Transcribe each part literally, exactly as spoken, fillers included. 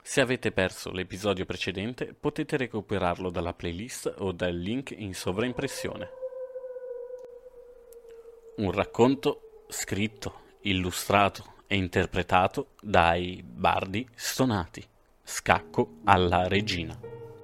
Se avete perso l'episodio precedente, potete recuperarlo dalla playlist o dal link in sovraimpressione. Un racconto scritto, illustrato e interpretato dai bardi stonati. Scacco alla regina.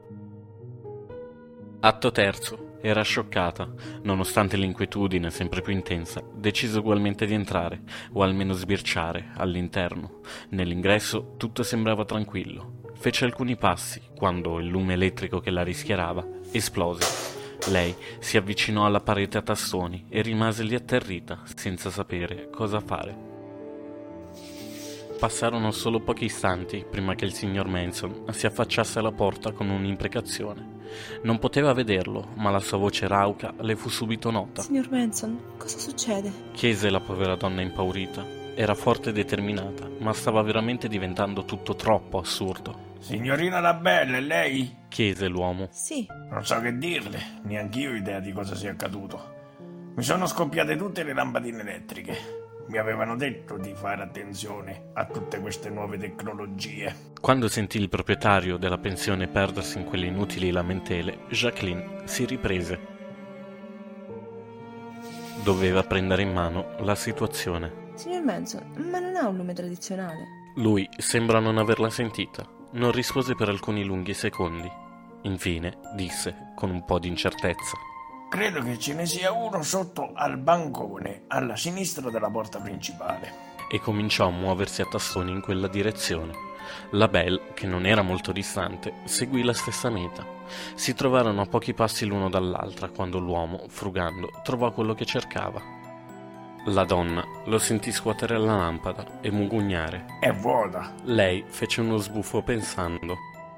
Atto terzo. Era scioccata, nonostante l'inquietudine sempre più intensa, decise ugualmente di entrare, o almeno sbirciare, all'interno. Nell'ingresso tutto sembrava tranquillo. Fece alcuni passi, quando il lume elettrico che la rischiarava esplose. Lei si avvicinò alla parete a tastoni e rimase lì atterrita, senza sapere cosa fare. Passarono solo pochi istanti prima che il signor Manson si affacciasse alla porta con un'imprecazione. Non poteva vederlo, ma la sua voce rauca le fu subito nota. Signor Manson, cosa succede? Chiese la povera donna impaurita. Era forte e determinata, ma stava veramente diventando tutto troppo assurdo. Signorina Labelle, è lei? Chiese l'uomo. Sì. Non so che dirle, neanch'io ho idea di cosa sia accaduto. Mi sono scoppiate tutte le lampadine elettriche. Mi avevano detto di fare attenzione a tutte queste nuove tecnologie. Quando sentì il proprietario della pensione perdersi in quelle inutili lamentele, Jacqueline si riprese. Doveva prendere in mano la situazione. Signor Manson, ma non ha un lume tradizionale? Lui sembra non averla sentita. Non rispose per alcuni lunghi secondi. Infine disse con un po' di incertezza: Credo che ce ne sia uno sotto al bancone, alla sinistra della porta principale. E cominciò a muoversi a tastoni in quella direzione. La Belle, che non era molto distante, seguì la stessa meta. Si trovarono a pochi passi l'uno dall'altra quando l'uomo, frugando, trovò quello che cercava. La donna lo sentì scuotere la lampada e mugugnare. È vuota. Lei fece uno sbuffo pensando.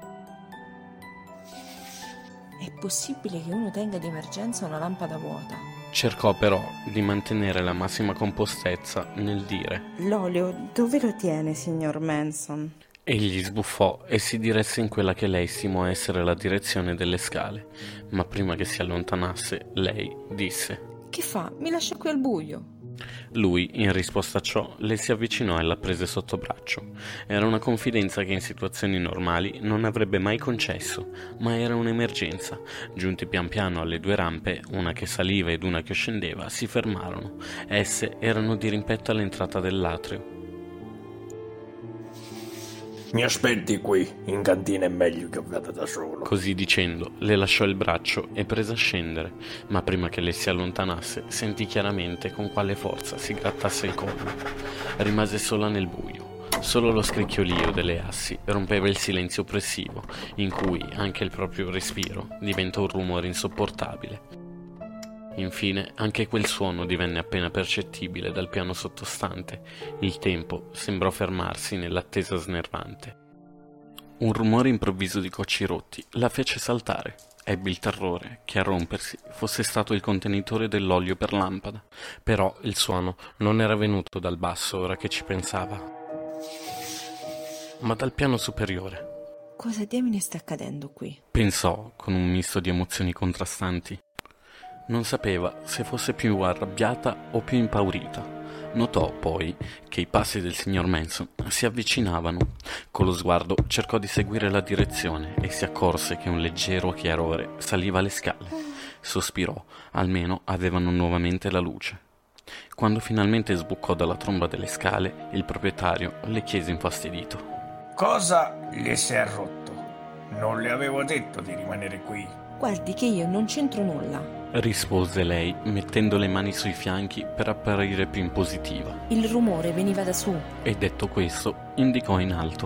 È possibile che uno tenga di emergenza una lampada vuota? Cercò però di mantenere la massima compostezza nel dire: L'olio dove lo tiene, signor Manson? Egli sbuffò e si diresse in quella che lei stimò essere la direzione delle scale, ma prima che si allontanasse, lei disse: Che fa? Mi lascia qui al buio. Lui, in risposta a ciò, le si avvicinò e la prese sotto braccio. Era una confidenza che in situazioni normali non avrebbe mai concesso, ma era un'emergenza. Giunti pian piano alle due rampe, una che saliva ed una che scendeva, si fermarono. Esse erano di rimpetto all'entrata dell'atrio. Mi aspetti qui, in cantina è meglio che vada da solo. Così dicendo, le lasciò il braccio e prese a scendere, ma prima che le si allontanasse, sentì chiaramente con quale forza si grattasse il collo. Rimase sola nel buio. Solo lo scricchiolio delle assi rompeva il silenzio oppressivo, in cui anche il proprio respiro diventò un rumore insopportabile. Infine anche quel suono divenne appena percettibile dal piano sottostante. Il tempo sembrò fermarsi nell'attesa snervante. Un rumore improvviso di cocci rotti la fece saltare. Ebbe il terrore che a rompersi fosse stato il contenitore dell'olio per lampada. Però il suono non era venuto dal basso ora che ci pensava, ma dal piano superiore. Cosa diamine sta accadendo qui? Pensò con un misto di emozioni contrastanti. Non sapeva se fosse più arrabbiata o più impaurita. Notò poi che i passi del signor Manson si avvicinavano. Con lo sguardo cercò di seguire la direzione e si accorse che un leggero chiarore saliva le scale. Sospirò, almeno avevano nuovamente la luce. Quando finalmente sbucò dalla tromba delle scale, il proprietario le chiese infastidito: Cosa le si è rotto? Non le avevo detto di rimanere qui. Guardi che io non c'entro nulla, rispose lei, mettendo le mani sui fianchi per apparire più impositiva. il rumore veniva da su. E detto questo, indicò in alto.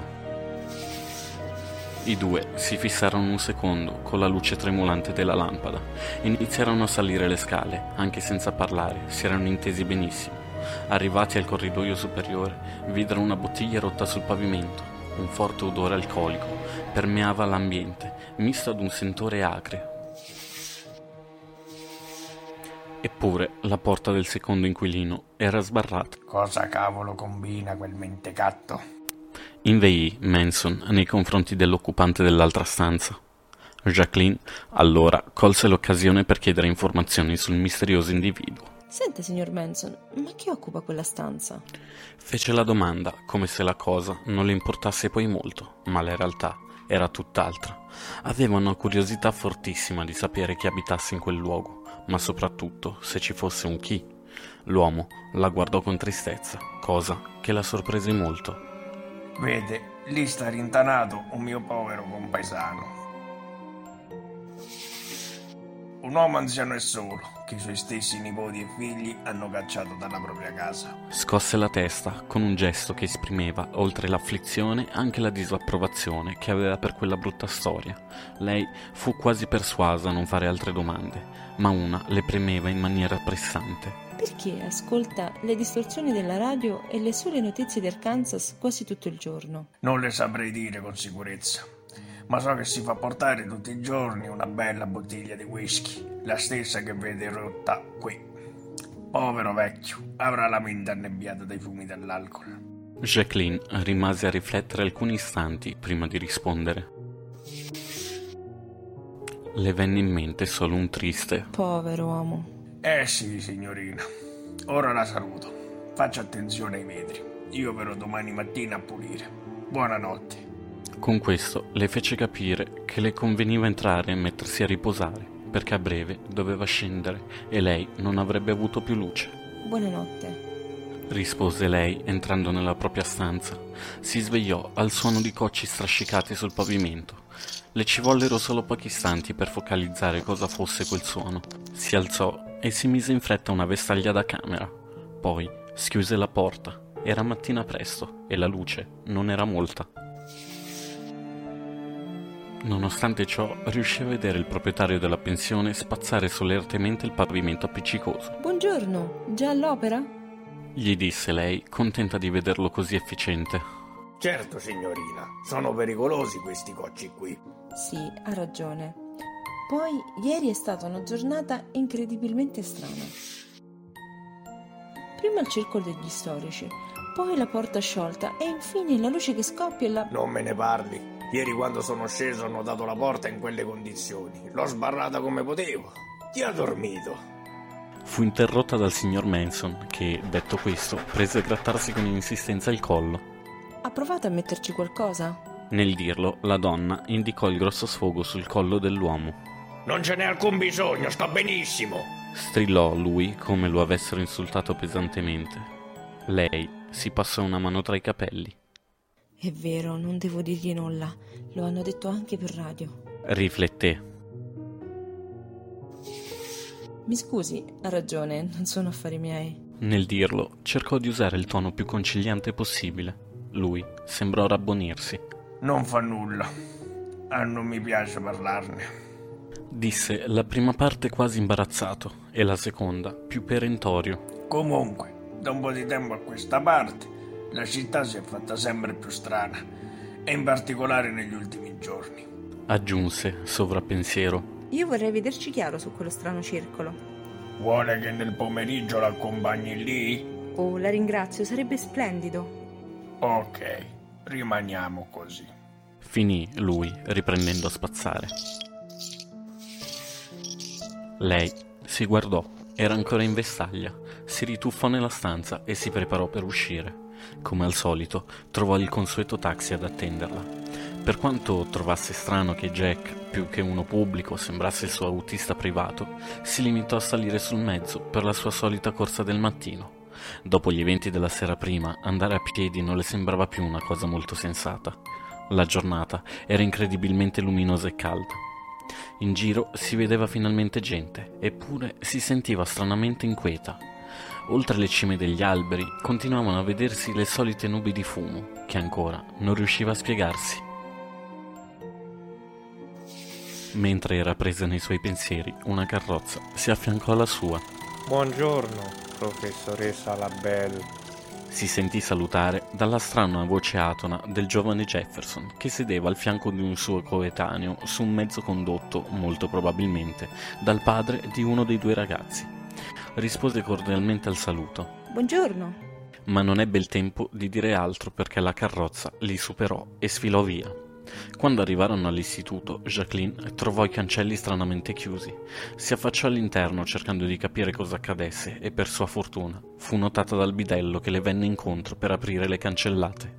I due si fissarono un secondo con la luce tremolante della lampada. Iniziarono a salire le scale, anche senza parlare, si erano intesi benissimo. Arrivati al corridoio superiore, videro una bottiglia rotta sul pavimento. Un forte odore alcolico permeava l'ambiente, misto ad un sentore acre. Eppure la porta del secondo inquilino era sbarrata. Cosa cavolo combina quel mentecatto? Inveì Manson nei confronti dell'occupante dell'altra stanza. Jacqueline allora colse l'occasione per chiedere informazioni sul misterioso individuo. Senta, signor Manson, ma chi occupa quella stanza? Fece la domanda, come se la cosa non le importasse poi molto, ma la realtà era tutt'altra. Aveva una curiosità fortissima di sapere chi abitasse in quel luogo, ma soprattutto se ci fosse un chi. L'uomo la guardò con tristezza, cosa che la sorprese molto. Vede, lì sta rintanato un mio povero compaesano. Un uomo anziano e solo, che i suoi stessi nipoti e figli hanno cacciato dalla propria casa. Scosse la testa con un gesto che esprimeva, oltre l'afflizione, anche la disapprovazione che aveva per quella brutta storia. Lei fu quasi persuasa a non fare altre domande, ma una le premeva in maniera pressante. Perché ascolta le distorsioni della radio e le sole notizie del Kansas quasi tutto il giorno? Non le saprei dire con sicurezza, ma so che si fa portare tutti i giorni una bella bottiglia di whisky, la stessa che vede rotta qui. Povero vecchio, avrà la mente annebbiata dai fumi dell'alcol. Jacqueline rimase a riflettere alcuni istanti prima di rispondere. Le venne in mente solo un triste Povero uomo. Eh sì, signorina. Ora la saluto. Faccia attenzione ai vetri. Io verrò domani mattina a pulire. Buonanotte. Con questo le fece capire che le conveniva entrare e mettersi a riposare, perché a breve doveva scendere e lei non avrebbe avuto più luce. Buonanotte, rispose lei entrando nella propria stanza. Si svegliò al suono di cocci strascicati sul pavimento. Le ci vollero solo pochi istanti per focalizzare cosa fosse quel suono. Si alzò e si mise in fretta una vestaglia da camera. Poi schiuse la porta. Era mattina presto e la luce non era molta. Nonostante ciò, riuscì a vedere il proprietario della pensione spazzare solertemente il pavimento appiccicoso. Buongiorno, già all'opera? Gli disse lei, contenta di vederlo così efficiente. Certo, signorina. Sono pericolosi questi cocci qui. Sì, ha ragione. Poi, ieri è stata una giornata incredibilmente strana. Prima il circolo degli storici, poi la porta sciolta e infine la luce che scoppia e la... Non me ne parli. Ieri quando sono sceso ho notato la porta in quelle condizioni. L'ho sbarrata come potevo. Chi ha dormito? Fu interrotta dal signor Manson che, detto questo, prese a grattarsi con insistenza il collo. Ha provato a metterci qualcosa? Nel dirlo, la donna indicò il grosso sfogo sul collo dell'uomo. Non ce n'è alcun bisogno, sto benissimo. Strillò lui come lo avessero insultato pesantemente. Lei si passò una mano tra i capelli. È vero, non devo dirgli nulla. Lo hanno detto anche per radio. Rifletté. Mi scusi, ha ragione, non sono affari miei. Nel dirlo, cercò di usare il tono più conciliante possibile. Lui sembrò rabbonirsi. Non fa nulla. Ah, non mi piace parlarne. Disse la prima parte quasi imbarazzato e la seconda più perentorio. Comunque, da un po' di tempo a questa parte, la città si è fatta sempre più strana, e in particolare negli ultimi giorni. Aggiunse, sovrappensiero. Io vorrei vederci chiaro su quello strano circolo. Vuole che nel pomeriggio l'accompagni lì? Oh, la ringrazio, sarebbe splendido. Ok, rimaniamo così. Finì lui, riprendendo a spazzare. Lei si guardò, era ancora in vestaglia, si rituffò nella stanza e si preparò per uscire. Come al solito, trovò il consueto taxi ad attenderla. Per quanto trovasse strano che Jack, più che uno pubblico, sembrasse il suo autista privato, si limitò a salire sul mezzo per la sua solita corsa del mattino. Dopo gli eventi della sera prima, andare a piedi non le sembrava più una cosa molto sensata. La giornata era incredibilmente luminosa e calda. In giro si vedeva finalmente gente, eppure si sentiva stranamente inquieta. Oltre le cime degli alberi continuavano a vedersi le solite nubi di fumo, che ancora non riusciva a spiegarsi. Mentre era presa nei suoi pensieri, una carrozza si affiancò alla sua. Buongiorno, professoressa Labelle. Si sentì salutare dalla strana voce atona del giovane Jefferson, che sedeva al fianco di un suo coetaneo su un mezzo condotto, molto probabilmente, dal padre di uno dei due ragazzi. Rispose cordialmente al saluto. Buongiorno. Ma non ebbe il tempo di dire altro perché la carrozza li superò e sfilò via. Quando arrivarono all'istituto, Jacqueline trovò i cancelli stranamente chiusi. Si affacciò all'interno cercando di capire cosa accadesse e, per sua fortuna, fu notata dal bidello che le venne incontro per aprire le cancellate.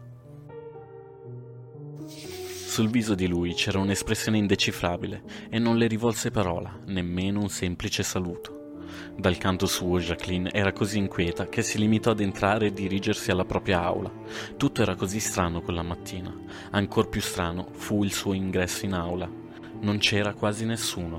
Sul viso di lui c'era un'espressione indecifrabile e non le rivolse parola, nemmeno un semplice saluto. Dal canto suo Jacqueline era così inquieta che si limitò ad entrare e dirigersi alla propria aula. Tutto era così strano quella mattina. Ancor più strano fu il suo ingresso in aula. Non c'era quasi nessuno.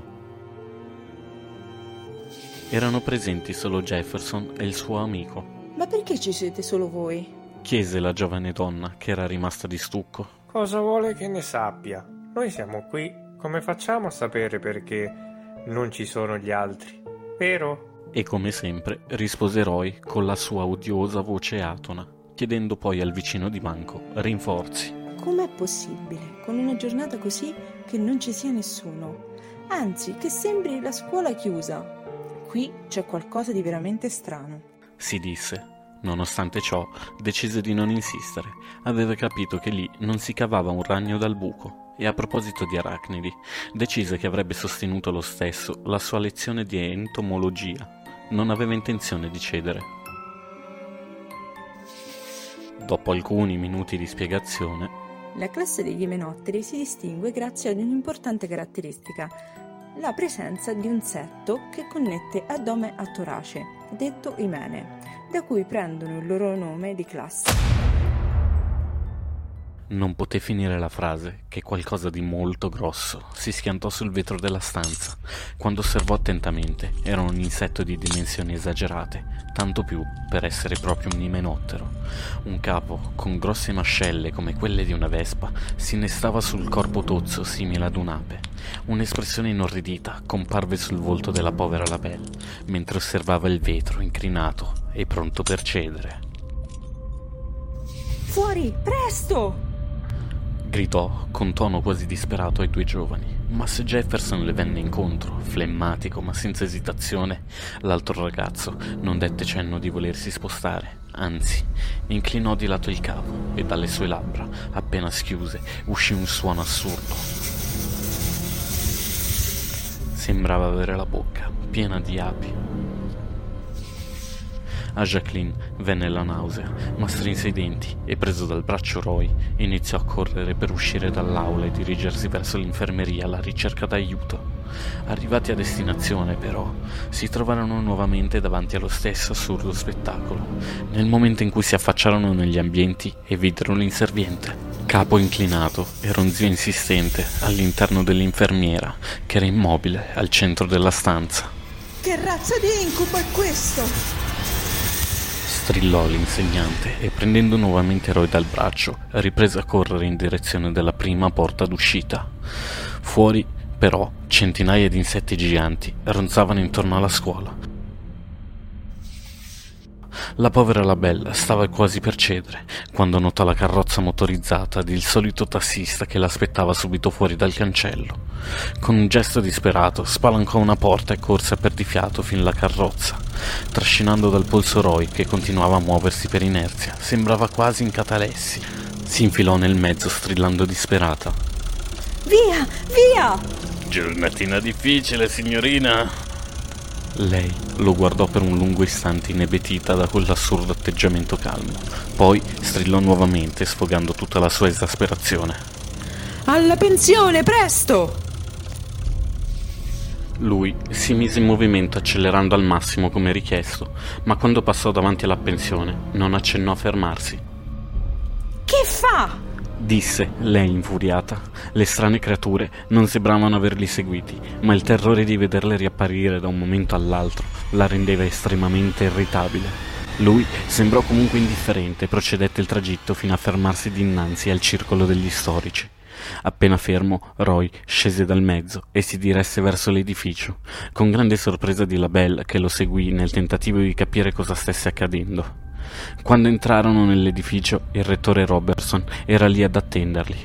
Erano presenti solo Jefferson e il suo amico. Ma perché ci siete solo voi? Chiese la giovane donna, che era rimasta di stucco. Cosa vuole che ne sappia? Noi siamo qui. Come facciamo a sapere perché non ci sono gli altri? Vero? E come sempre rispose Roy con la sua odiosa voce atona, chiedendo poi al vicino di banco rinforzi. Com'è possibile, con una giornata così, che non ci sia nessuno? Anzi, che sembri la scuola chiusa. Qui c'è qualcosa di veramente strano, si disse. Nonostante ciò, decise di non insistere. Aveva capito che lì non si cavava un ragno dal buco. E a proposito di arachnidi, decise che avrebbe sostenuto lo stesso la sua lezione di entomologia. Non aveva intenzione di cedere. Dopo alcuni minuti di spiegazione, la classe degli imenotteri si distingue grazie ad un'importante caratteristica, la presenza di un setto che connette addome a torace, detto imene, da cui prendono il loro nome di classe. Non poté finire la frase che qualcosa di molto grosso si schiantò sul vetro della stanza. Quando osservò attentamente, era un insetto di dimensioni esagerate, tanto più per essere proprio un imenottero. Un capo con grosse mascelle come quelle di una vespa si innestava sul corpo tozzo simile ad un'ape. Un'espressione inorridita comparve sul volto della povera Labelle mentre osservava il vetro incrinato e pronto per cedere. Fuori, presto! Gridò con tono quasi disperato ai due giovani, ma se Jefferson le venne incontro, flemmatico ma senza esitazione, l'altro ragazzo non dette cenno di volersi spostare, anzi, inclinò di lato il capo e dalle sue labbra, appena schiuse, uscì un suono assurdo. Sembrava avere la bocca piena di api. A Jacqueline venne la nausea, ma strinse i denti e, preso dal braccio Roy, iniziò a correre per uscire dall'aula e dirigersi verso l'infermeria alla ricerca d'aiuto. Arrivati a destinazione, però, si trovarono nuovamente davanti allo stesso assurdo spettacolo, nel momento in cui si affacciarono negli ambienti e videro l'inserviente. Capo inclinato e ronzio insistente all'interno dell'infermiera, che era immobile al centro della stanza. Che razza di incubo è questo? Strillò l'insegnante e, prendendo nuovamente Roy dal braccio, riprese a correre in direzione della prima porta d'uscita. Fuori, però, centinaia di insetti giganti ronzavano intorno alla scuola. La povera Labelle stava quasi per cedere quando notò la carrozza motorizzata ed il solito tassista che l'aspettava subito fuori dal cancello. Con un gesto disperato spalancò una porta e corse a perdifiato fin la carrozza, trascinando dal polso Roy, che continuava a muoversi per inerzia. Sembrava quasi in catalessi. Si infilò nel mezzo strillando disperata. Via, via! Giornatina difficile, signorina. Lei lo guardò per un lungo istante, inebetita da quell'assurdo atteggiamento calmo. Poi strillò nuovamente, sfogando tutta la sua esasperazione. Alla pensione, presto! Lui si mise in movimento, accelerando al massimo come richiesto, ma quando passò davanti alla pensione non accennò a fermarsi. Che fa? Disse lei infuriata. Le strane creature non sembravano averli seguiti, ma il terrore di vederle riapparire da un momento all'altro la rendeva estremamente irritabile. Lui sembrò comunque indifferente e procedette il tragitto fino a fermarsi dinanzi al circolo degli storici. Appena fermo, Roy scese dal mezzo e si diresse verso l'edificio, con grande sorpresa di Labelle, che lo seguì nel tentativo di capire cosa stesse accadendo. Quando entrarono nell'edificio, il rettore Robertson era lì ad attenderli.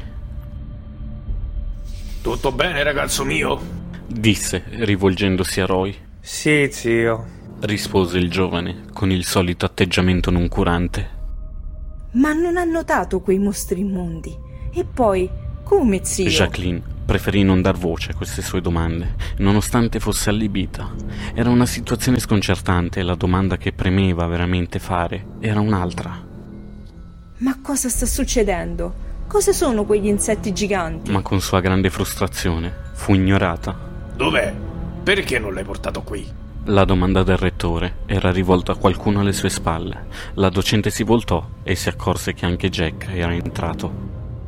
Tutto bene, ragazzo mio? Disse, rivolgendosi a Roy. Sì, zio, rispose il giovane, con il solito atteggiamento noncurante. Ma non ha notato quei mostri immondi? E poi, Come, zio? Jacqueline preferì non dar voce a queste sue domande, nonostante fosse allibita. Era una situazione sconcertante e la domanda che premeva veramente fare era un'altra. Ma cosa sta succedendo? Cosa sono quegli insetti giganti? Ma con sua grande frustrazione fu ignorata. Dov'è? Perché non l'hai portato qui? La domanda del rettore era rivolta a qualcuno alle sue spalle. La docente si voltò e si accorse che anche Jack era entrato.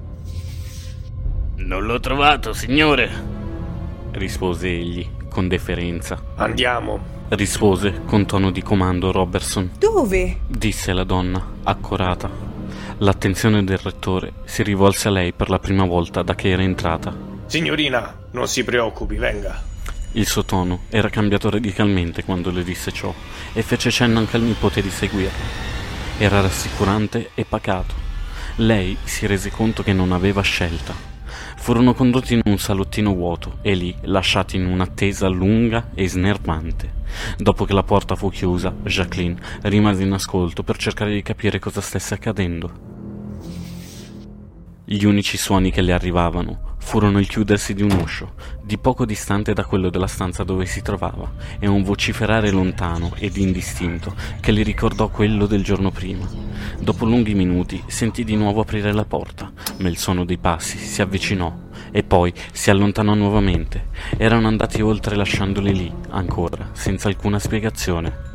Non l'ho trovato, signore, rispose egli con deferenza. Andiamo, rispose con tono di comando Robertson. Dove? Disse la donna, accorata. L'attenzione del rettore si rivolse a lei per la prima volta da che era entrata. Signorina, non si preoccupi, venga. Il suo tono era cambiato radicalmente quando le disse ciò e fece cenno anche al nipote di seguirlo. Era rassicurante e pacato. Lei si rese conto che non aveva scelta. Furono condotti in un salottino vuoto e lì lasciati in un'attesa lunga e snervante. Dopo che la porta fu chiusa, Jacqueline rimase in ascolto per cercare di capire cosa stesse accadendo. Gli unici suoni che le arrivavano furono il chiudersi di un uscio, di poco distante da quello della stanza dove si trovava, e un vociferare lontano ed indistinto che le ricordò quello del giorno prima. Dopo lunghi minuti sentì di nuovo aprire la porta, ma il suono dei passi si avvicinò e poi si allontanò nuovamente. Erano andati oltre lasciandoli lì, ancora, senza alcuna spiegazione.